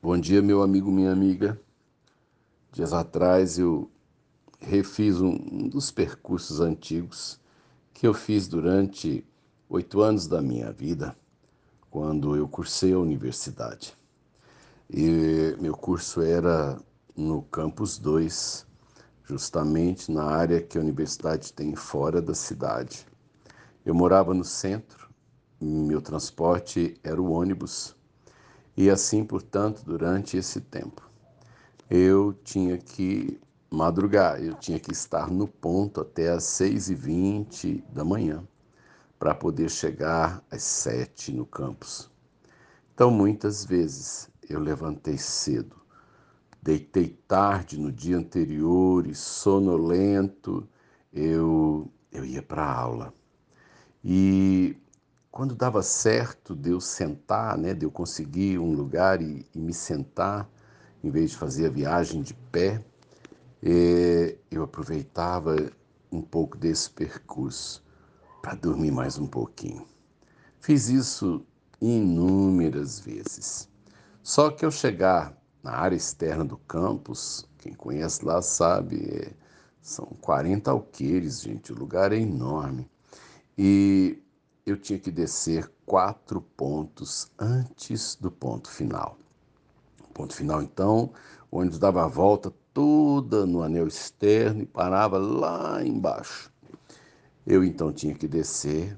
Bom dia, meu amigo, minha amiga. Dias atrás eu refiz um dos percursos antigos que eu fiz durante 8 anos da minha vida, quando eu cursei a universidade. E meu curso era no Campus 2, justamente na área que a universidade tem fora da cidade. Eu morava no centro, meu transporte era o ônibus, e assim, portanto, durante esse tempo. Eu tinha que madrugar, eu tinha que estar no ponto até às 6h20 da manhã, para poder chegar às 7 no campus. Então, muitas vezes, eu levantei cedo, deitei tarde no dia anterior e sonolento, eu ia para a aula. E quando dava certo de eu sentar, de eu conseguir um lugar e me sentar, em vez de fazer a viagem de pé, eu aproveitava um pouco desse percurso para dormir mais um pouquinho. Fiz isso inúmeras vezes. Só que ao chegar na área externa do campus, quem conhece lá sabe, são 40 alqueires, gente, o lugar é enorme. E eu tinha que descer 4 pontos antes do ponto final. O ponto final, então, o ônibus dava a volta toda no anel externo e parava lá embaixo. Eu, então, tinha que descer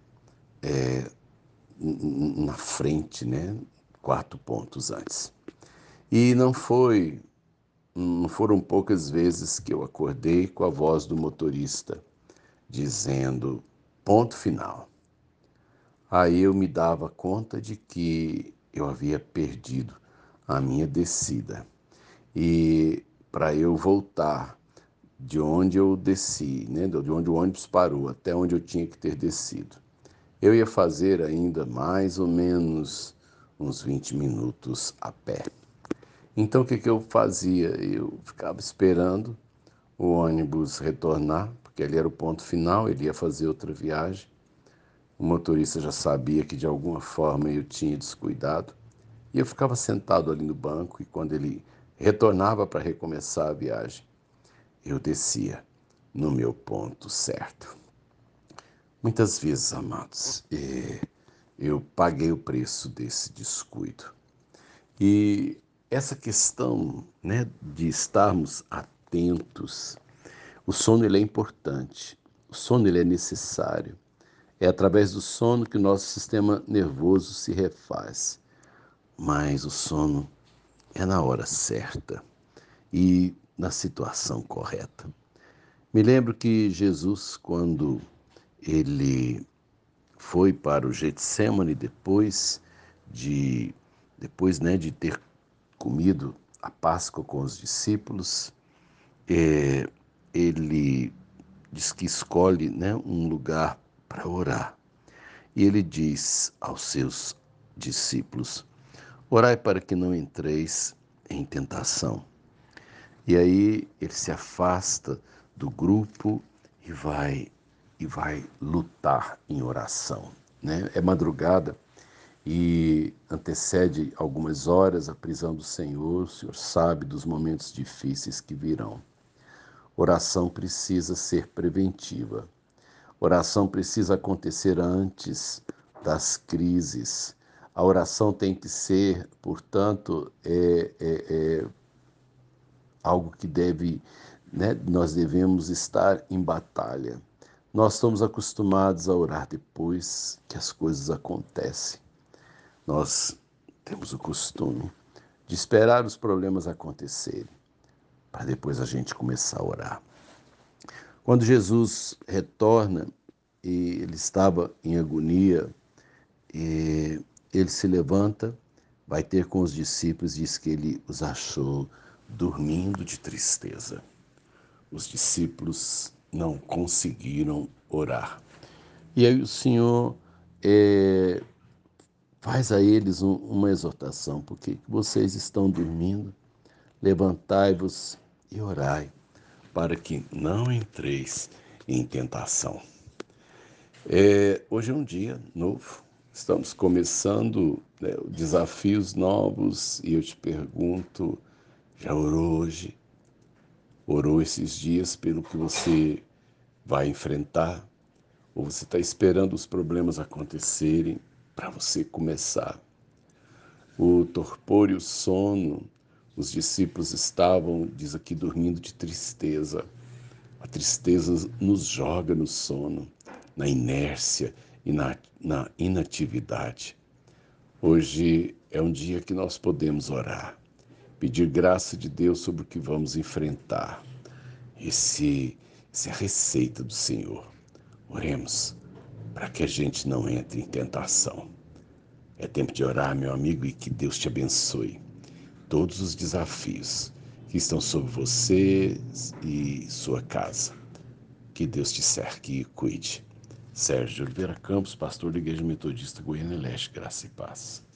na frente, 4 pontos antes. E não foram poucas vezes que eu acordei com a voz do motorista dizendo ponto final. Aí eu me dava conta de que eu havia perdido a minha descida. E para eu voltar de onde eu desci, de onde o ônibus parou até onde eu tinha que ter descido, eu ia fazer ainda mais ou menos uns 20 minutos a pé. Então o que eu fazia? Eu ficava esperando o ônibus retornar, porque ali era o ponto final, ele ia fazer outra viagem. O motorista já sabia que de alguma forma eu tinha descuidado. E eu ficava sentado ali no banco e quando ele retornava para recomeçar a viagem, eu descia no meu ponto certo. Muitas vezes, amados, eu paguei o preço desse descuido. E essa questão, de estarmos atentos, o sono ele é importante, o sono ele é necessário. É através do sono que o nosso sistema nervoso se refaz. Mas o sono é na hora certa e na situação correta. Me lembro que Jesus, quando ele foi para o Getsemane depois de ter comido a Páscoa com os discípulos, ele diz que escolhe, um lugar para orar. E ele diz aos seus discípulos: orai para que não entreis em tentação. E aí ele se afasta do grupo e vai lutar em oração, É madrugada e antecede algumas horas a prisão do Senhor. O Senhor sabe dos momentos difíceis que virão. Oração precisa ser preventiva. Oração precisa acontecer antes das crises. A oração tem que ser, portanto, algo que nós devemos estar em batalha. Nós estamos acostumados a orar depois que as coisas acontecem. Nós temos o costume de esperar os problemas acontecerem, para depois a gente começar a orar. Quando Jesus retorna, e ele estava em agonia, e ele se levanta, vai ter com os discípulos, diz que ele os achou dormindo de tristeza. Os discípulos não conseguiram orar. E aí o Senhor faz a eles uma exortação: porque vocês estão dormindo, levantai-vos e orai, para que não entreis em tentação. Hoje é um dia novo, Estamos começando, desafios novos e eu te pergunto, já orou hoje? Orou esses dias pelo que você vai enfrentar? Ou você está esperando os problemas acontecerem para você começar? O torpor e o sono, os discípulos estavam, diz aqui, dormindo de tristeza. A tristeza nos joga no sono, na inércia e na inatividade. Hoje é um dia que nós podemos orar, pedir graça de Deus sobre o que vamos enfrentar. Essa é a receita do Senhor. Oremos para que a gente não entre em tentação. É tempo de orar, meu amigo, e que Deus te abençoe. Todos os desafios que estão sobre você e sua casa. Que Deus te cerque e cuide. Sérgio Oliveira Campos, pastor da Igreja Metodista Goiânia Leste, graça e paz.